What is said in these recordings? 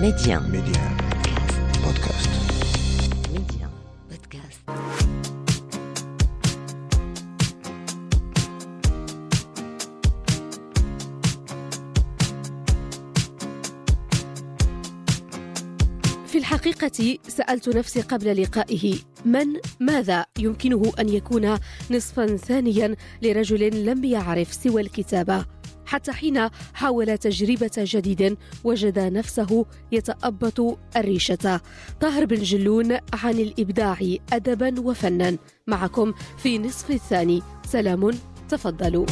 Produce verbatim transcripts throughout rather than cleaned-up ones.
Média. Média. Podcast. Média. Podcast. في الحقيقة سألت نفسي قبل لقائه: من ماذا يمكنه أن يكون نصفا ثانيا لرجل لم يعرف سوى الكتابة؟ حتى حين حاول تجربة جديد وجد نفسه يتأبط الريشة. طاهر بن جلون عن الإبداع أدبا وفنا، معكم في نصف الثاني. سلام، تفضلوا.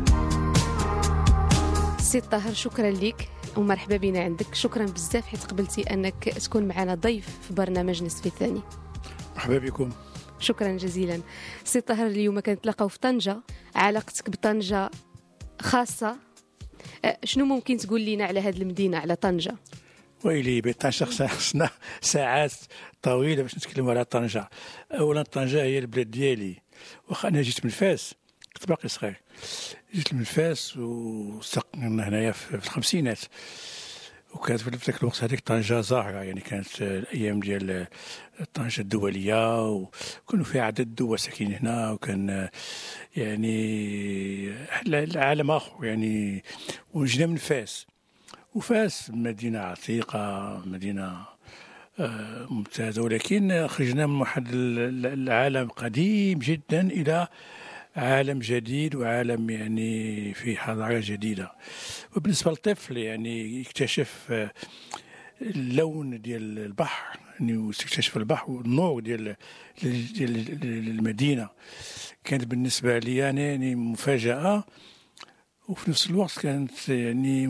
سي طاهر، شكرا لك ومرحبا بنا عندك. شكرا بزاف حيت قبلتي أنك تكون معنا ضيف في برنامج نصف الثاني. مرحبا بكم. شكرا جزيلا. سي طاهر، اليوم كنتلاقاو في طنجة. علاقتك بطنجة خاصة، شنو ممكن تقول لنا على هذه المدينة، على طنجة؟ ويلي بطنجة خصنا ساعات طويلة باش نتكلموا على طنجة. أولا طنجة هي البلاد ديالي، واخا أنا جيت من فاس، كنت باقي صغير، جيت من فاس وسقنا هنايا في الخمسينات، وكانت في ذاك الوقت هذيك طنجة زاهرة، يعني كانت الأيام ديال طنجة الدولية، وكانوا فيها عدد دول ساكنين هنا، وكان يعني العالم آخر يعني. وجينا من فاس، وفاس مدينة عتيقة، مدينة ممتازة، ولكن خرجنا من واحد العالم قديم جدا إلى عالم جديد، وعالم يعني في حضارة جديدة. وبالنسبة للطفل يعني يكتشف اللون ديال البحر، يعني واستكشاف البحر والنور ديال ديال المدينة، كانت بالنسبة لي يعني مفاجأة، وفي نفس الوقت كانت يعني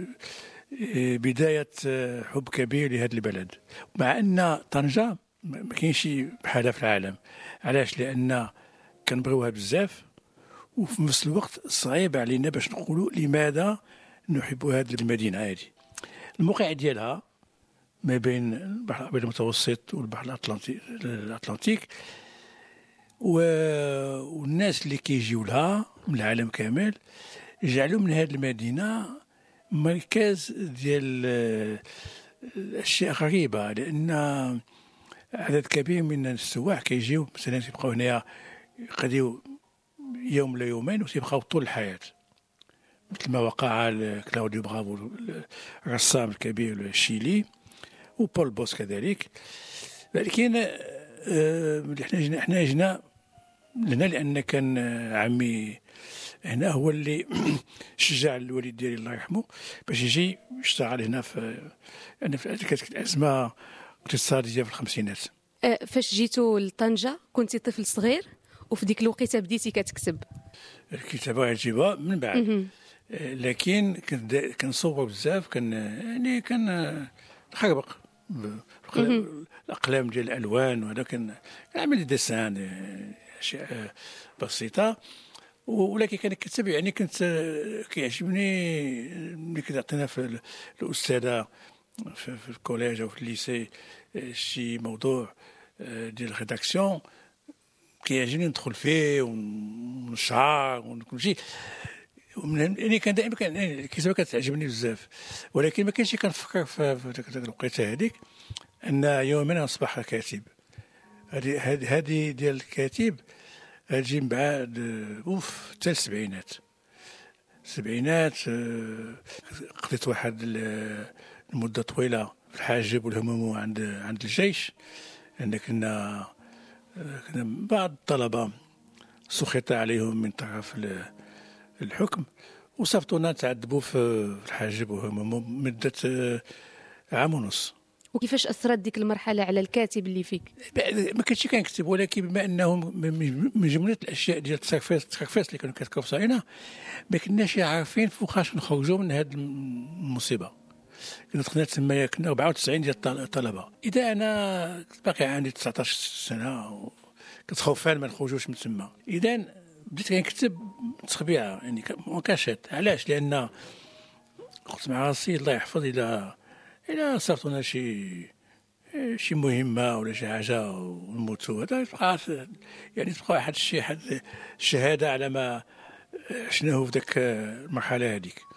بداية حب كبير لهذا البلد. مع أن طنجة ما كاينش بحالها في العالم. علاش؟ لأن كنبغيوها بزاف، وفي نفس الوقت صعيب علينا باش نقولوا لماذا نحب هذه المدينة هذه. الموقع ديالها ما بين البحر الأبيض المتوسط والبحر الأطلنطي الأطلنطيك، والناس اللي كيجيو لها من العالم كامل جعلوا من هذه المدينة مركز ديال أشياء غريبة، لأن عدد كبير من السواح كيجيو مثلا تيبقاو هنايا يقضيو يوم لا يومين وتيبقاو طول الحياة، مثل ما وقع لكلاوديو برافو الرسام الكبير الشيلي، وبول بوس كذلك. لكن احنا جينا احنا جينا لهنا لأن كان عمي هنا هو اللي شجع الوالد ديالي الله يرحمه باش يجي يشتغل هنا في يعني في كانت الأزمة اقتصادية في الخمسينات. فاش جيتوا لطنجة كنتي طفل صغير، وفي ديك الوقيته بديتي كتكتب؟ الكتابة عجيبة من بعد، لكن كنت كنصور بزاف، كان يعني كان نخربق الأقلام ديال الألوان، وهذا كان كنعمل ديسان، أشياء بسيطة، ولكن كان كتب يعني كنت كيعجبني ملي كتعطينا في الأستاذة في, في الكوليج أو في الليسي شي موضوع ديال الريداكسيون، كيعجبني ندخل فيه ونشعر وكل شيء. يعني كان دائما كان الكتابه كتعجبني بزاف، ولكن ما كانش كنفكر في ذاك الوقيته هذيك ان يوما اصبح كاتب. هذه هذه ديال الكاتب تجي من بعد اوف حتى السبعينات. السبعينات قضيت واحد المده طويله في الحاجب والهموم عند عند الجيش، لان كنا كنا بعض الطلبه سخط عليهم من طرف الحكم، وصفتونا تعذبوا في الحاجب وهموم مده عام ونص. وكيفاش اثرت ديك المرحله على الكاتب اللي فيك؟ ما كنتش كنكتب، ولكن بما انهم من جمله الاشياء ديال التخفيص التخفيص اللي كانوا كيتكتبوا في صالنا، ما كناش عارفين فوقاش نخرجوا من هذه المصيبه. كنا دخلنا تما كنا أربعة وتسعين ديال الطلبه. اذا انا باقي عندي تسعطاش سنه كنت خوفان ما نخرجوش من تما، اذا بديت كنكتب تخبيعه يعني مكاشات. علاش؟ لان قلت مع راسي الله يحفظ الى الى صافتونا شي شي مهمه ولا شي حاجه ونموتوا، هذا تبقى يعني تبقى واحد الشيء، واحد الشهاده على ما عشناه في ذاك المرحله هذيك.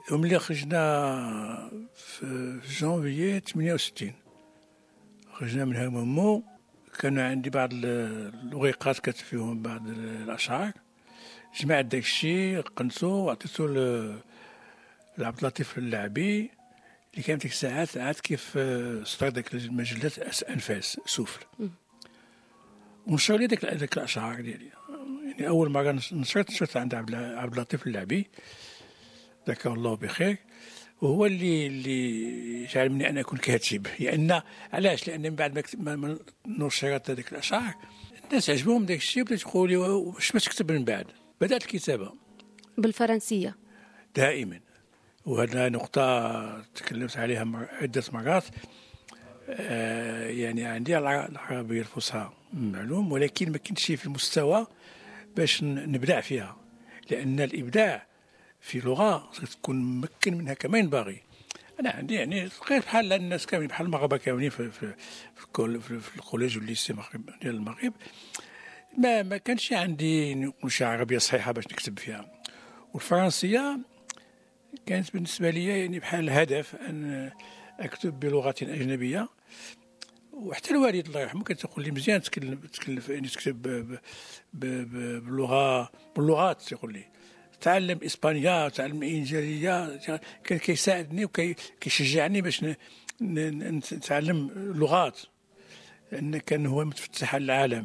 وملي خرجنا في جانفيي ثمانية وستين خرجنا من همومو، كان عندي بعض الورقات كتب فيهم بعض الأشعار، جمعت داك الشيء قنتو وعطيتو لعبد اللطيف اللعبي اللي كان ديك الساعات عاد كيف صدر داك المجلات أنفاس سفل، ونشر لي داك داك الأشعار ديالي. يعني أول مرة نشرت نشرت عند عبد اللطيف اللعبي ذكر الله بخير، وهو اللي اللي جعل مني أن أكون كاتب. لأن علاش؟ لأن من بعد ما نشرت هذيك الأشعار الناس عجبهم داك الشيء، بدات تقول لي واش ما تكتب من بعد. بدأت الكتابة بالفرنسية دائما، وهذا نقطة تكلمت عليها عدة مرات. آه يعني عندي العربية الفصحى معلوم، ولكن ما كنتش في المستوى باش نبدع فيها، لأن الإبداع في لغة تكون ممكن منها كما ينبغي. أنا عندي يعني غير بحال الناس كاملين، بحال المغاربة كاملين في في في, في, في الكوليج والليسي ديال المغرب، ما ما كانش عندي نقول شي عربية صحيحة باش نكتب فيها. والفرنسية كانت بالنسبة لي يعني بحال الهدف أن أكتب بلغة أجنبية. وحتى الوالد الله يرحمه كان تقول لي مزيان تكلم تكلم يعني تكتب باللغة باللغات، تقول لي تعلم إسبانيا تعلم إنجليزية، كان كيساعدني وكيشجعني باش نتعلم لغات، لأن كان هو متفتح على العالم.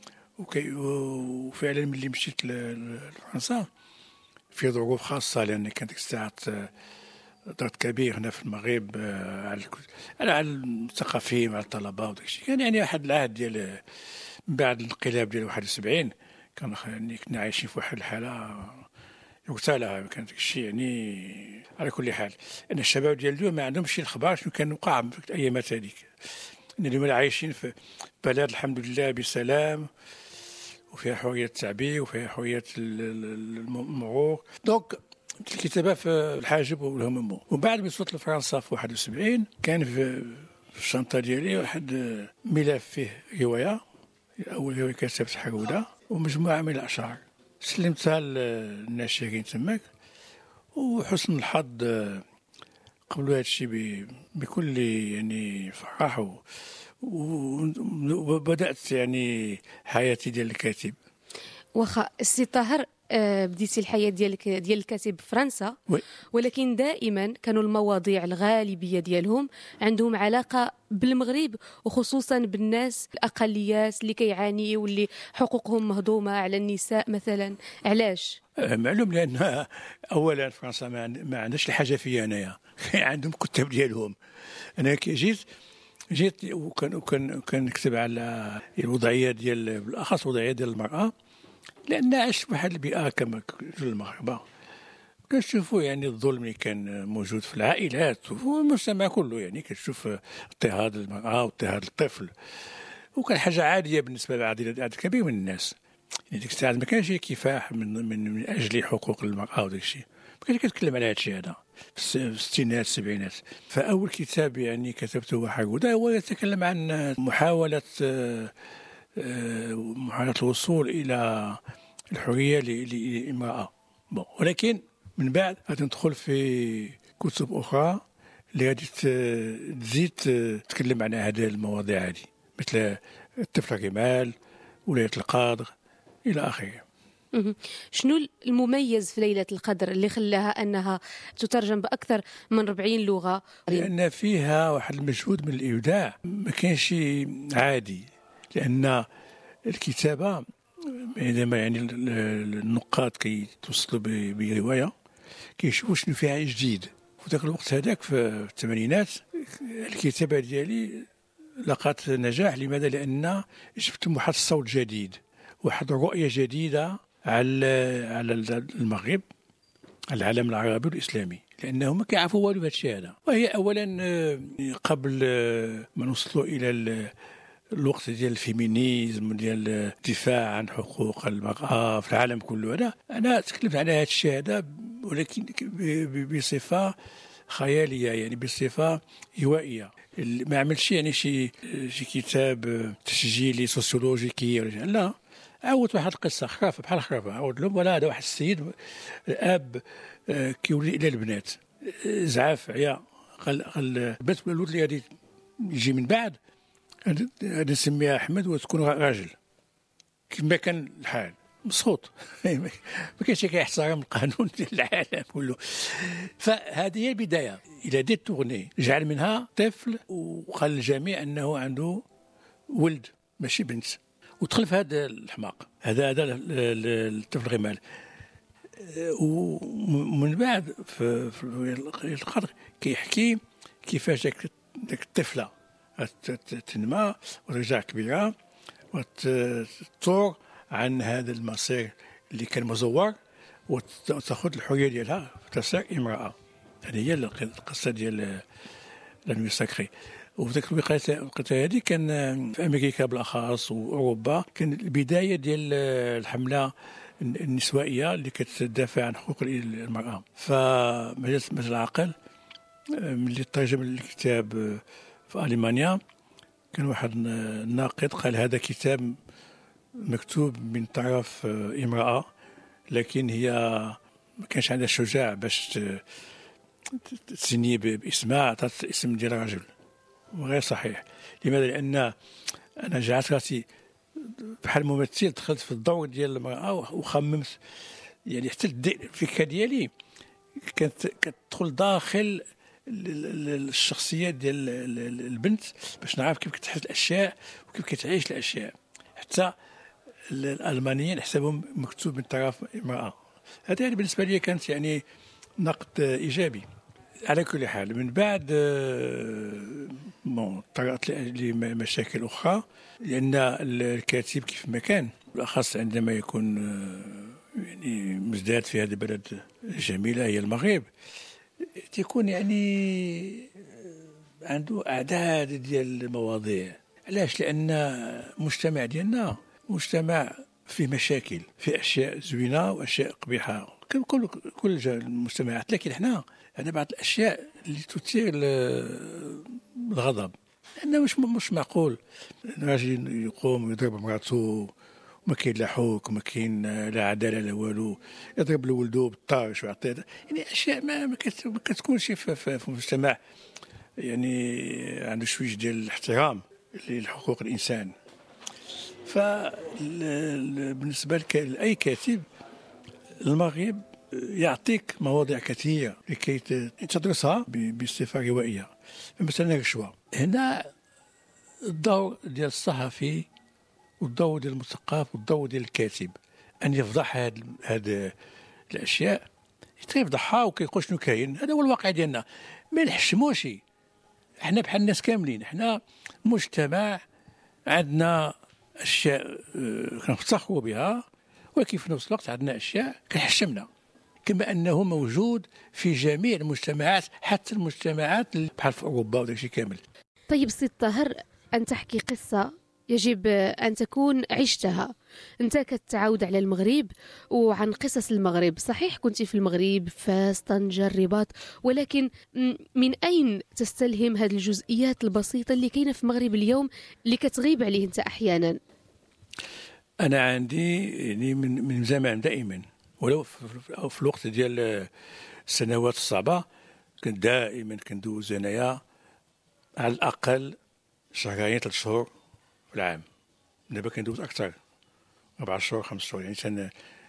وفعلا ملي مشيت لفرنسا في ظروف خاصة، لأن كانت ديك الساعات ضغط كبير هنا في المغرب على على الثقافيين مع الطلبة وداك الشيء. كان يعني واحد العهد ديال من بعد الانقلاب ديال واحد وسبعين، كان يعني كنا عايشين في واحد الحالة يغتالها. كان داك الشيء يعني على كل حال ان الشباب ديال اليوم ما عندهمش شي الخبار شنو كان وقع في الايامات هذيك. ان اليوم عايشين في بلد الحمد لله بسلام، وفيها حريه التعبير وفيها حريه المرور. دونك الكتابه في الحاجب والهموم. ومن بعد ما وصلت لفرنسا في واحد وسبعين كان في الشنطه ديالي واحد ملف فيه روايه، اول روايه كتبت حروده ومجموعه من الاشعار، سلمتها للناشرين تماك. وحسن الحظ قبلوا هذا الشيء بكل يعني فرح، وبدات يعني حياتي ديال الكاتب. واخا السي طاهر بديتي الحياة ديالك ديال الكاتب في فرنسا، ولكن دائما كانوا المواضيع الغالبية ديالهم عندهم علاقة بالمغرب، وخصوصا بالناس الأقليات اللي كيعانيوا واللي حقوقهم مهضومة، على النساء مثلا. علاش؟ معلوم، لأن أولا فرنسا ما عندهاش الحاجة فيا أنايا عندهم كتاب ديالهم. أنا كي جيت جيت وكان وكان كان نكتب على الوضعية ديال بالأخص الوضعية ديال المرأة، لأن عشت واحد البيئة كما المغاربة كنشوفوا يعني الظلم اللي كان موجود في العائلات والمجتمع كله. يعني كتشوف اضطهاد المرأة واضطهاد الطفل، وكان حاجة عادية بالنسبة لعدد كبير من الناس. يعني ديك الساعات ما كانش كفاح من, من من أجل حقوق المرأة وداك الشيء، ما كانش كيتكلم على هذا الشيء هذا في الستينات السبعينات. فأول كتاب يعني كتبته هو حروده، هو يتكلم عن محاولة محاولة الوصول إلى الحرية للامرأة. ولكن من بعد غادي ندخل في كتب أخرى اللي غادي تزيد تتكلم عن هذه المواضيع هذه، مثل الطفل الرمال، ولاية القدر، إلى آخره. شنو المميز في ليلة القدر اللي خلاها أنها تترجم بأكثر من أربعين لغة؟ لأن فيها واحد المجهود من الإبداع ما كانش عادي، لأن الكتابة عندما يعني النقاد كي توصلوا برواية كيشوفوا شنو فيها جديد. في ذاك الوقت هذاك في الثمانينات الكتابة ديالي لقات نجاح. لماذا؟ لأن جبت واحد الصوت جديد، واحد الرؤية جديدة على على المغرب، على العالم العربي والإسلامي، لأنهم ما كيعرفوا والو هذا الشيء هذا. وهي أولا قبل ما نوصلوا إلى الوقت ديال الفيمينيزم ديال الدفاع عن حقوق المرأة في العالم كله، أنا أنا تكلمت على هذا الشيء هذا، ولكن بصفة خيالية، يعني بصفة هوائية. ما عملش يعني شي شي كتاب تسجيلي سوسيولوجيكي، لا، عاود واحد القصة خرافة بحال خرافة، عاود لهم ولا هذا واحد السيد الأب كيولي إلى البنات زعاف عيا قال قال بات الولد اللي غادي يجي من بعد غادي نسميها احمد وتكون راجل كما كان الحال مسخوط. ما كاينش كيحترم القانون ديال العالم كله. فهذه هي البدايه. الى دي تورني جعل منها طفل وقال للجميع انه عنده ولد ماشي بنت، ودخل في هذا الحماق هذا هذا الطفل غمال. ومن بعد في, في القدر كيحكي كيفاش ديك الطفله تنمى وترجع كبيره وتطور عن هذا المصير اللي كان مزور وتاخذ الحريه ديالها تصير امراه. هذه هي القصه ديال لا نوي ساكري. وفي ذاك الوقت هذه كان في امريكا بالاخص واوروبا كان البدايه ديال الحمله النسوائيه اللي كتدافع عن حقوق المراه. فمجلس العقل ملي ترجم الكتاب في المانيا كان واحد الناقد قال هذا كتاب مكتوب من طرف امراه لكن هي ما كانش عندها الشجاع باش تسني باسمها، عطات اسم ديال رجل وغير صحيح. لماذا؟ لان انا جعلت راسي بحال ممثل دخلت في الدور ديال المراه وخممت يعني حتى الفكره ديالي كانت كتدخل داخل الشخصيه ديال البنت باش نعرف كيف كتحس الاشياء وكيف كتعيش الاشياء. حتى الالمانيين حسابهم مكتوب من طرف امراه. هذا يعني بالنسبه لي كانت يعني نقد ايجابي. على كل حال من بعد بون طرأت لي مشاكل اخرى لان الكاتب كيف ما كان بالاخص عندما يكون يعني مزداد في هذه البلد الجميله هي المغرب تكون يعني عنده اعداد ديال المواضيع. علاش؟ لان المجتمع ديالنا مجتمع فيه مشاكل، فيه اشياء زوينه واشياء قبيحه كل كل المجتمعات، لكن حنا عندنا بعض الاشياء اللي تثير الغضب. لانه مش مش معقول راجل يقوم ويضرب مراته وما كاين لا حكم، ما كاين لا عداله لا والو، يضرب لولده بالطارش ويعطيه يعني اشياء ما ما كتكونش في, في, في مجتمع يعني عنده شويه ديال الاحترام لحقوق الانسان. فبالنسبه لاي كاتب المغرب يعطيك مواضيع كثيره لكي تدرسها بصفه روائيه. مثلا الرشوه، هنا الدور ديال الصحفي والدور ديال المثقف والدور ديال الكاتب ان يفضح هاد هاد الاشياء، يفضحها وكيقول شنو كاين. هذا هو الواقع ديالنا، ما نحشموش. احنا بحال الناس كاملين، احنا مجتمع عندنا اشياء كنفتخروا بها، ولكن في نفس الوقت عندنا اشياء كنحشمنا، كما انه موجود في جميع المجتمعات حتى المجتمعات بحال في اوروبا وداك الشيء كامل. طيب سي الطاهر، ان تحكي قصه يجب ان تكون عشتها. انت كتعاود على المغرب وعن قصص المغرب، صحيح كنت في المغرب فاس طنجة الرباط، ولكن من اين تستلهم هذه الجزئيات البسيطه اللي كاينه في المغرب اليوم اللي كتغيب عليه انت احيانا؟ انا عندي يعني من من زمان دائما، ولو في, في الوقت ديال السنوات الصعبه كنت دائما كندوز انايا على الاقل شهرين ثلاث شهور في العام. دابا كندوز اكثر، اربع شهور خمس شهور يعني سنه.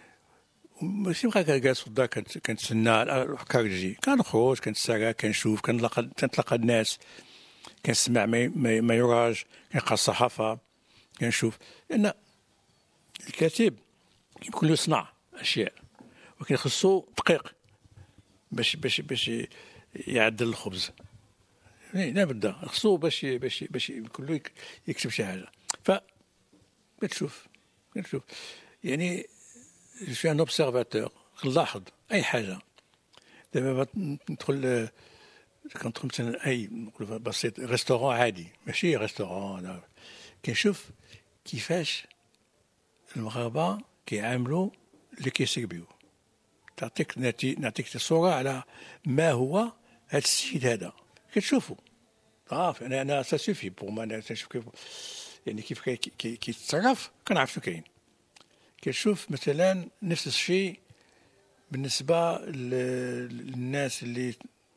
ماشي بقى كنجلس في الدار كنتسنى الافكار تجي، كنخرج كنتسرى كنشوف كنتلاقى كنتلاقى الناس، كنسمع ما, ما, ما يراج، كنقرا الصحافه كنشوف. لان الكاتب يمكن له يصنع اشياء ولكن خصو دقيق باش باش باش يعدل الخبز. لا بد خصو باش باش باش يمكن له يكتب شي حاجه. ف كتشوف كتشوف يعني جو ان اوبسيرفاتور، كنلاحظ اي حاجه. دابا ندخل كندخل مثلا اي نقول بسيط ريستورون عادي، ماشي ريستورون، كنشوف كيفاش المغاربه كيعاملوا اللي كيسيربيو. تعطيك نعطيك صوره على ما هو هذا السيد هذا، كتشوفوا اه انا انا سا سوفي بور ما انا تنشوف كيف يعني كيف كيتصرف كنعرف شنو كاين. كتشوف مثلا نفس الشيء بالنسبه للناس اللي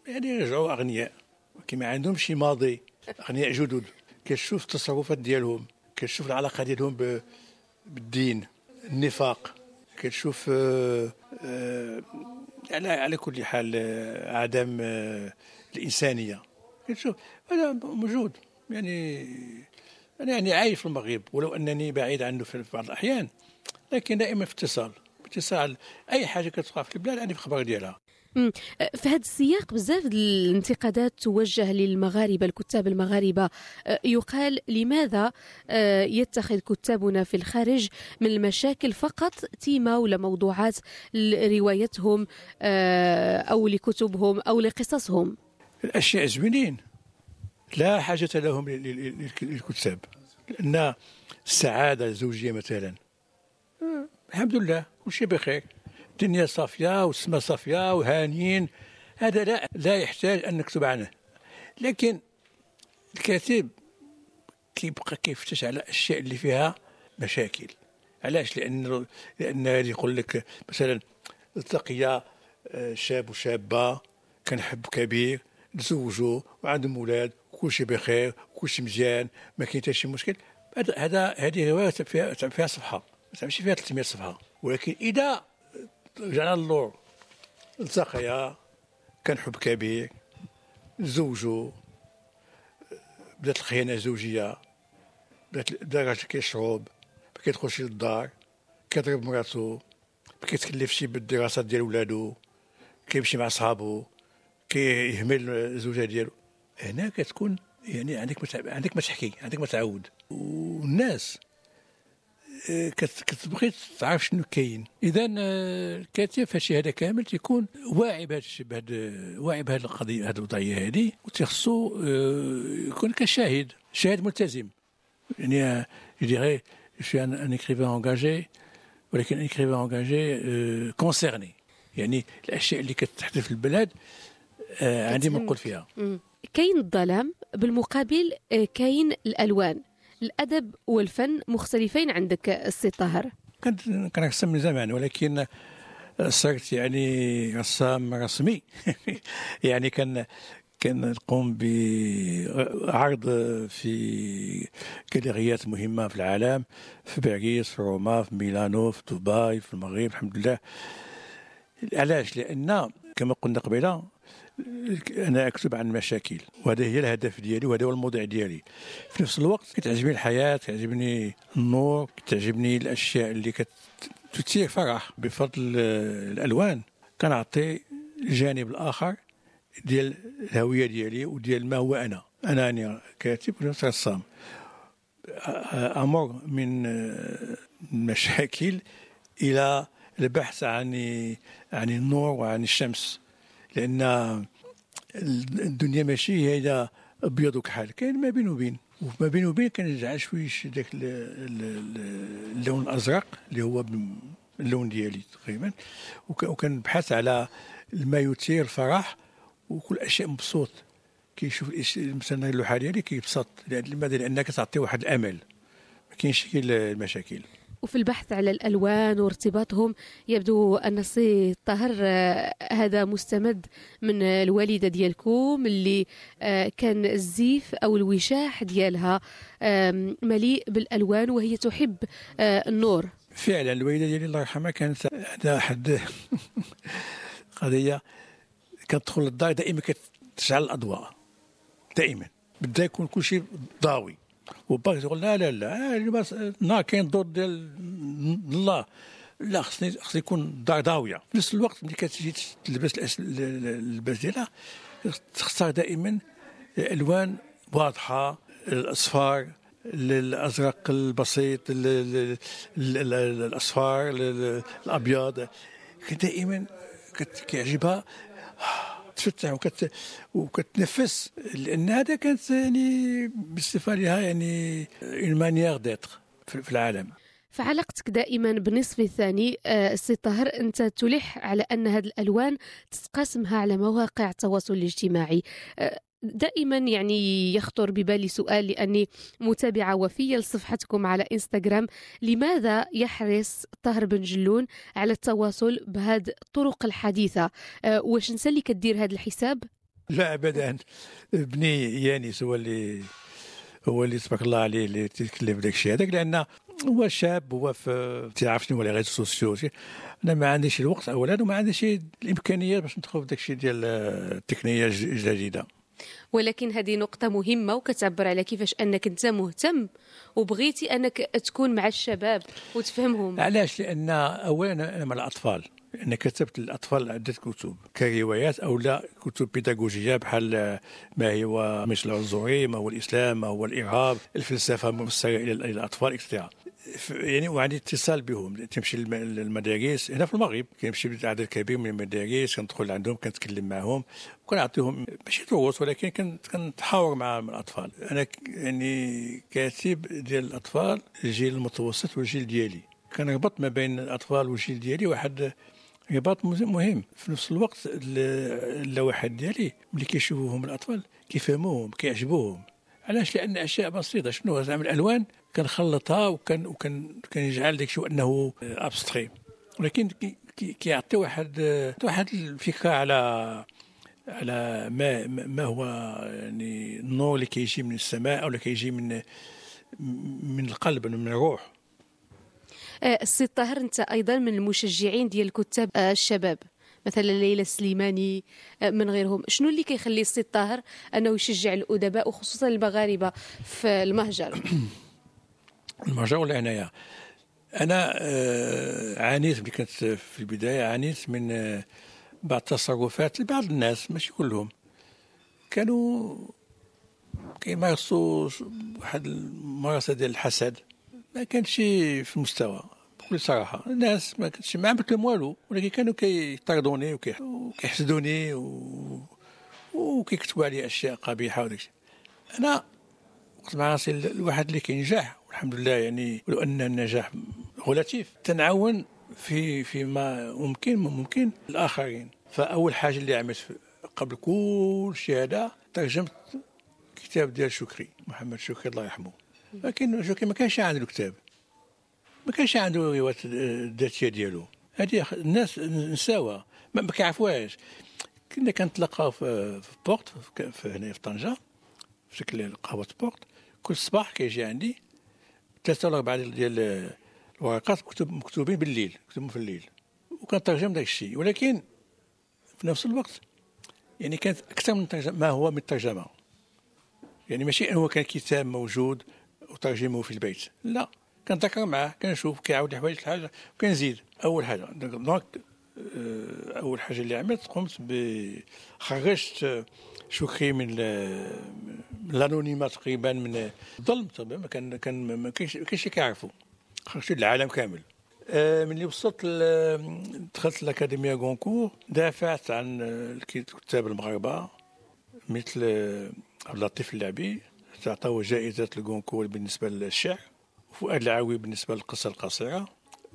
يعني رجعوا اغنياء ولكن ما عندهمش شي ماضي، اغنياء جدد. كتشوف التصرفات ديالهم، كتشوف العلاقه ديالهم ب- بالدين، النفاق، كتشوف آه، آه، على على كل حال آه، عدم آه، الانسانيه. كتشوف هذا موجود. يعني انا يعني عايش في المغرب ولو انني بعيد عنه في بعض الاحيان، لكن دائما في اتصال اتصال. اي حاجه كتوقع في البلاد انا في خبر ديالها. مم. في هذا السياق بزاف ديال الانتقادات توجه للمغاربه، الكتاب المغاربه. أه، يقال لماذا أه، يتخذ كتابنا في الخارج من المشاكل فقط تيمه ولا موضوعات لروايتهم أه، او لكتبهم او لقصصهم؟ الاشياء زوينين لا حاجه لهم لل- لل- للكتاب، لان السعاده الزوجيه مثلا آه، الحمد لله كل شيء بخير، الدنيا صافيه والسماء صافيه وهانيين. هذا لا لا يحتاج ان نكتب عنه. لكن الكاتب كيبقى كيفتش على الاشياء اللي فيها مشاكل. علاش؟ لان لان يقول لك مثلا التقيا آه، شاب وشابه كان حب كبير، تزوجوا وعندهم اولاد وكل شيء بخير وكل شيء مزيان، ما كاين حتى شي مشكل. هذا هذا هذه روايه فيها فيها صفحه، ما تعملش فيها ثلاثمائة صفحه. ولكن اذا رجعنا للور، التقيا كان حب كبير، تزوجوا، بدات الخيانه الزوجيه، بدات بدا الراجل كيشرب، ما كيدخلش للدار، كيضرب مراتو، ما كيتكلفش بالدراسات ديال ولادو، كيمشي مع صحابو، كيهمل الزوجه ديالو. هنا كتكون يعني عندك متع... عندك ما تحكي، عندك ما تعود، والناس آه، كت- كتبغي تعرف شنو كاين. اذا الكاتب في هادشي هذا كامل تيكون واعي بهذا الشيء، بهذا واعي بهذه القضيه، هذه الوضعيه هذه، وتخصو آه، يكون كشاهد، شاهد ملتزم. يعني je dirais je suis un, un écrivain engagé ولكن un écrivain engagé euh, concerné. يعني الاشياء اللي كتحدث في البلاد آه، عندي ما نقول فيها. مم. كاين الظلام، بالمقابل آه، كاين الالوان. الادب والفن مختلفين عندك السي طاهر. كنت كنرسم من زمان، ولكن صرت يعني رسام رسمي. يعني كان كنقوم بعرض في كاليريات مهمة في العالم، في باريس، في روما، في ميلانو، في دبي، في المغرب، الحمد لله. علاش؟ لأن كما قلنا قبيله أنا أكتب عن مشاكل، وهذا هي الهدف ديالي وهذا هو الموضوع ديالي. في نفس الوقت كتعجبني الحياة، كتعجبني النور، كتعجبني الأشياء اللي كتثير فرح. بفضل الألوان كنعطي الجانب الآخر ديال الهوية ديالي وديال ما هو أنا. أنا أنا كاتب ونفس رسام، أمر من المشاكل إلى البحث عن عن النور وعن الشمس، لأن الدنيا ماشي هي أبيض وكحل، كاين ما بين وبين، وما بين وبين كنجعل شويش داك اللون الأزرق اللي هو اللون ديالي تقريبا، وكنبحث على ما يثير الفرح وكل اشياء مبسوط. كيشوف مثلا اللوحه ديالي كيبسط، لماذا؟ لانك تعطي واحد الامل، ما كاينش المشاكل. وفي البحث على الألوان وارتباطهم يبدو أن السي طاهر آه، هذا مستمد من الوالدة ديالكم اللي آه، كان الزيف أو الوشاح ديالها آه، مليء بالألوان وهي تحب آه، النور. فعلا الوالدة ديالي الله يرحمها كانت عندها واحد قضية، كانت تدخل للدار دائما كتشعل الأضواء، دائما بدها يكون كل شيء ضاوي، وباك تقول لا لا لا النهار كاين الضوء ديال الله، لا خصني خصني يكون الدار ضاويه. في نفس الوقت ملي كتجي تلبس اللباس ديالها تختار دائما الوان واضحه، الاصفار، الازرق البسيط، الاصفار، الابيض، دائما كيعجبها تفتح وكت وكتنفس، لان هذا كانت يعني باستفاده لها يعني اون مانيير ديتر في العالم. فعلاقتك دائما بالنصف الثاني السي طاهر، انت تلح على ان هذه الالوان تتقاسمها على مواقع التواصل الاجتماعي. دائما يعني يخطر ببالي سؤال، لاني متابعه وفيه لصفحتكم على انستغرام، لماذا يحرص طاهر بن جلون على التواصل بهذه الطرق الحديثه؟ واش انت اللي كدير هذا الحساب؟ لا ابدا. بني يانس هو اللي هو اللي تبارك الله عليه اللي يتكلم بداك الشيء هذاك، لان هو شاب، هو في تعرف شنو هو لي ريزو سوسيو. انا ما عنديش الوقت اولا، وما عنديش الامكانيات باش ندخل في داك الشيء ديال التقنيه الجديده. ولكن هذه نقطة مهمة وكتعبر على كيفاش أنك أنت مهتم وبغيتي أنك تكون مع الشباب وتفهمهم. علاش؟ لأن أولا أنا مع الأطفال، أنا كتبت للأطفال عدة كتب كروايات أو لا كتب بيداغوجية، بحال ما هو مثل العنصرية، ما هو الإسلام، ما هو الإرهاب، الفلسفة الممثلة إلى الأطفال إكسترا. يعني وعندي اتصال بهم، تمشي للمدارس هنا في المغرب، كنمشي بعدد كبير من المدارس، كندخل عندهم كنتكلم معهم وكنعطيهم ماشي دروس، ولكن كنتحاور مع الاطفال. انا يعني كاتب ديال الاطفال، الجيل المتوسط والجيل ديالي، كنربط ما بين الاطفال والجيل ديالي واحد رباط مهم. في نفس الوقت اللوحات ديالي ملي كيشوفوهم الاطفال كيفهموهم كيعجبوهم. علاش؟ لان اشياء بسيطه، شنو زعما الالوان كنخلطها وكان وكان كنجعل داك الشيء انه ابستري، ولكن كيعطي واحد واحد الفكره على على ما ما هو يعني النور اللي كيجي من السماء او اللي كيجي من من القلب، من الروح. السي الطاهر، انت ايضا من المشجعين ديال الكتاب الشباب، مثلا ليلى السليماني من غيرهم. شنو اللي كيخلي السي الطاهر انه يشجع الادباء وخصوصا المغاربه في المهجر؟ المهجر ولا هنايا؟ انا آه عانيت ملي كنت في البدايه، عانيت من آه بعض التصرفات لبعض الناس، ماشي كلهم، كانوا كيمارسوا واحد الممارسه ديال الحسد، ما كانش في المستوى بكل صراحه. الناس ما كانتش ما عملت لهم والو، ولكن كانوا كيطردوني وكيحسدوني و... وكيكتبوا علي اشياء قبيحه وداك الشيء. انا وقت مع راسي الواحد اللي كينجح والحمد لله، يعني ولو ان النجاح غلاتيف، تنعاون في فيما ممكن ممكن الاخرين. فاول حاجه اللي عملت قبل كل شيء هذا، ترجمت كتاب ديال شكري، محمد شكري الله يرحمه. لكن شكري ما كانش عنده كتاب، ما كانش عنده روايات الذاتيه ديالو. هذه الناس نساوها ما كيعرفوهاش. كنا كنتلاقاو في بورت في هنا في طنجه، في شكل قهوه بورت. كل صباح كيجي عندي ثلاثه ولا اربعه ديال الورقات مكتوب مكتوبين بالليل، مكتوبين في الليل، وكنترجم داك الشيء. ولكن في نفس الوقت يعني كانت اكثر من ترجمه، ما هو من الترجمه، يعني ماشي هو كان كتاب موجود وترجمه في البيت، لا، كنتذكر معاه، كنشوف كيعاود الحوايج الحاجه وكنزيد. اول حاجه دونك اول حاجه اللي عملت، قمت بخرجت شكري من الانونيمات تقريبا، من الظلم تقريبا، ما كان كان ما كاينش اللي كيعرفوا، خرجت للعالم كامل. ملي وصلت دخلت الاكاديميه غونكور، دافعت عن الكتاب المغاربه مثل عبد اللطيف اللعبي، تعطوا جائزه الغونكور بالنسبه للشعر، وفؤاد العاوي بالنسبه للقصه القصيره،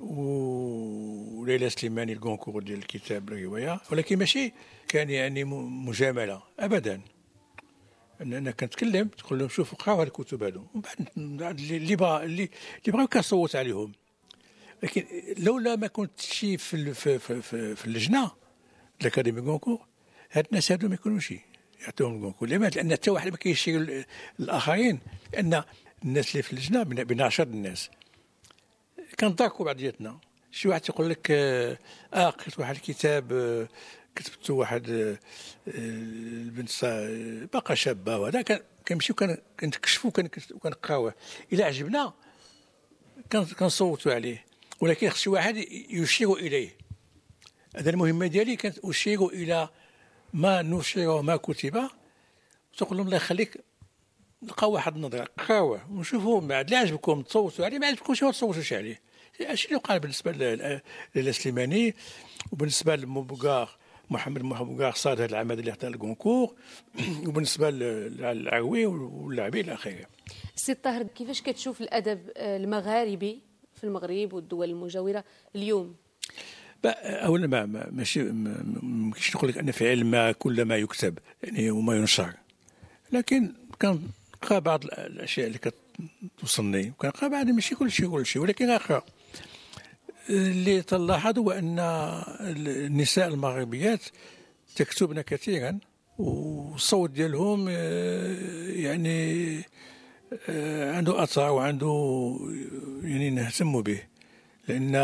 وليلى سليماني الغونكور ديال الكتاب الروايه. ولكن ماشي كان يعني مجامله ابدا، ان انا كنتكلم تقول لهم شوفوا قراو هاد الكتب هادو، ومن بعد اللي بغا اللي اللي بغاو كنصوت عليهم. لكن لولا ما كنتش في في في, في, في اللجنه الاكاديمي غونكور، هاد الناس هادو ما يكونوش يعطيهم الغونكور. لماذا؟ لان حتى واحد ما كيشير الاخرين، لان الناس اللي في اللجنه بين عشر الناس كنضحكوا بعضياتنا. شي واحد تيقول لك اه قريت واحد الكتاب كتبته واحد البنت باقا شابه، وهذا كنمشيو كنكشفوا كنقراوه، الا عجبنا كنصوتوا عليه. ولكن خص شي واحد يشير اليه. هذا المهمه ديالي، كانت اشير الى ما نشر ما كتب، وتقول لهم الله يخليك نلقاو واحد النظره، قراوه ونشوفوا من بعد اللي عجبكم تصوتوا عليه، ما عجبكمش ما تصوتوش عليه. اش اللي وقع بالنسبه لليلى سليماني، وبالنسبه لمبوغار محمد محمد صاد هذا العمل اللي عطى الكونكور، وبالنسبه للعروي واللاعبين الى اخره. السي الطاهر، كيفاش كتشوف الادب المغاربي في المغرب والدول المجاوره اليوم؟ اولا ما ماشي ممكنش نقول لك ان في علم ما كل ما يكتب يعني وما ينشر، لكن كنقرا بعض الاشياء اللي كتوصلني، وكنقرا بعض ماشي كل شيء كل شيء، ولكن غنقرا. اللي تلاحظ هو ان النساء المغربيات تكتبن كثيرا والصوت ديالهم يعني عنده اثر وعنده يعني نهتم به، لان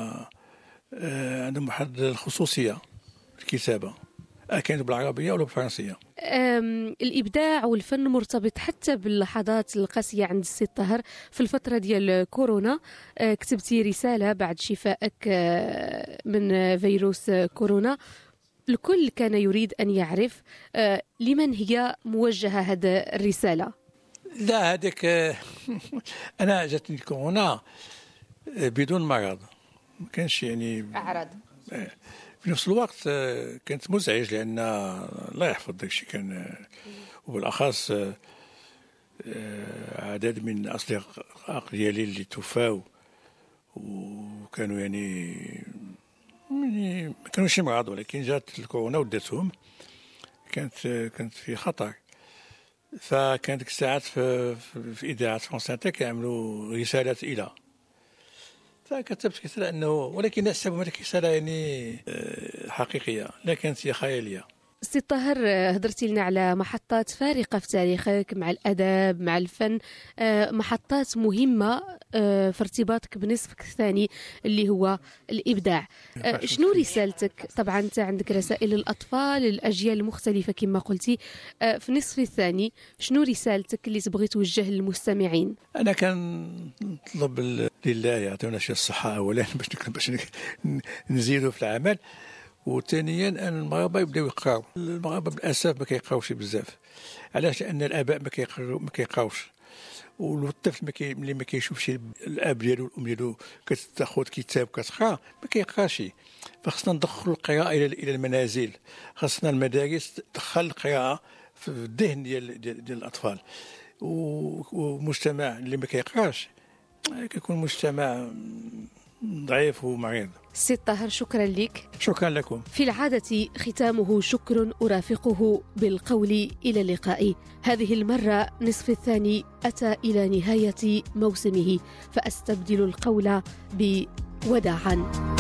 عندهم واحد الخصوصيه في الكتابه، كانت بالعربيه ولا بالفرنسيه. الابداع والفن مرتبط حتى باللحظات القاسيه عند السي الطاهر. في الفتره ديال كورونا كتبتي رساله بعد شفائك من فيروس كورونا. الكل كان يريد ان يعرف لمن هي موجهه هذه الرساله. لا هذيك انا جاتني كورونا بدون مرض، ما كانش يعني اعراض. في نفس الوقت كانت مزعج، لان الله يحفظ داك الشيء كان، وبالاخص عدد من الاصدقاء ديالي اللي توفاو وكانوا يعني يعني ما كانوش مرض، ولكن جات الكورونا وداتهم، كانت كانت في خطر. فكانت ديك الساعات في, في, في اذاعه فرنسا كيعملوا رسالات الى، فكتبت رساله انه، ولكن نحسب هذيك رساله يعني حقيقيه، لا كانت هي خياليه. سي الطاهر، هضرتي لنا على محطات فارقه في تاريخك مع الادب مع الفن، محطات مهمه في ارتباطك بنصفك الثاني اللي هو الابداع. شنو رسالتك؟ طبعا انت عندك رسائل للاطفال الاجيال المختلفه كما قلتي، في النصف الثاني شنو رسالتك اللي تبغي توجه للمستمعين؟ انا كان نطلب لله يعطينا شي الصحه اولا باش باش نزيدوا في العمل، وثانيا ان المغاربه يبداو يقراو. المغاربه بالاسف ما كيقراوش بزاف. علاش؟ لان الاباء ما كيقراو ما كيقراوش، والطفل ما كي ملي ما كيشوفش الاب ديالو والام ديالو كتاخذ كتاب كتقرا ما كيقراش. فخصنا ندخلوا القراءه الى الى المنازل، خصنا المدارس تدخل القراءه في الذهن ديال ديال, ديال الاطفال. ومجتمع اللي ما كيقراش كيكون مجتمع ضعيف ومريض. سي الطاهر، شكرا لك. شكرا لكم. في العادة ختامه شكر أرافقه بالقول إلى اللقاء. هذه المرة نصف الثاني أتى إلى نهاية موسمه، فأستبدل القول بوداعا.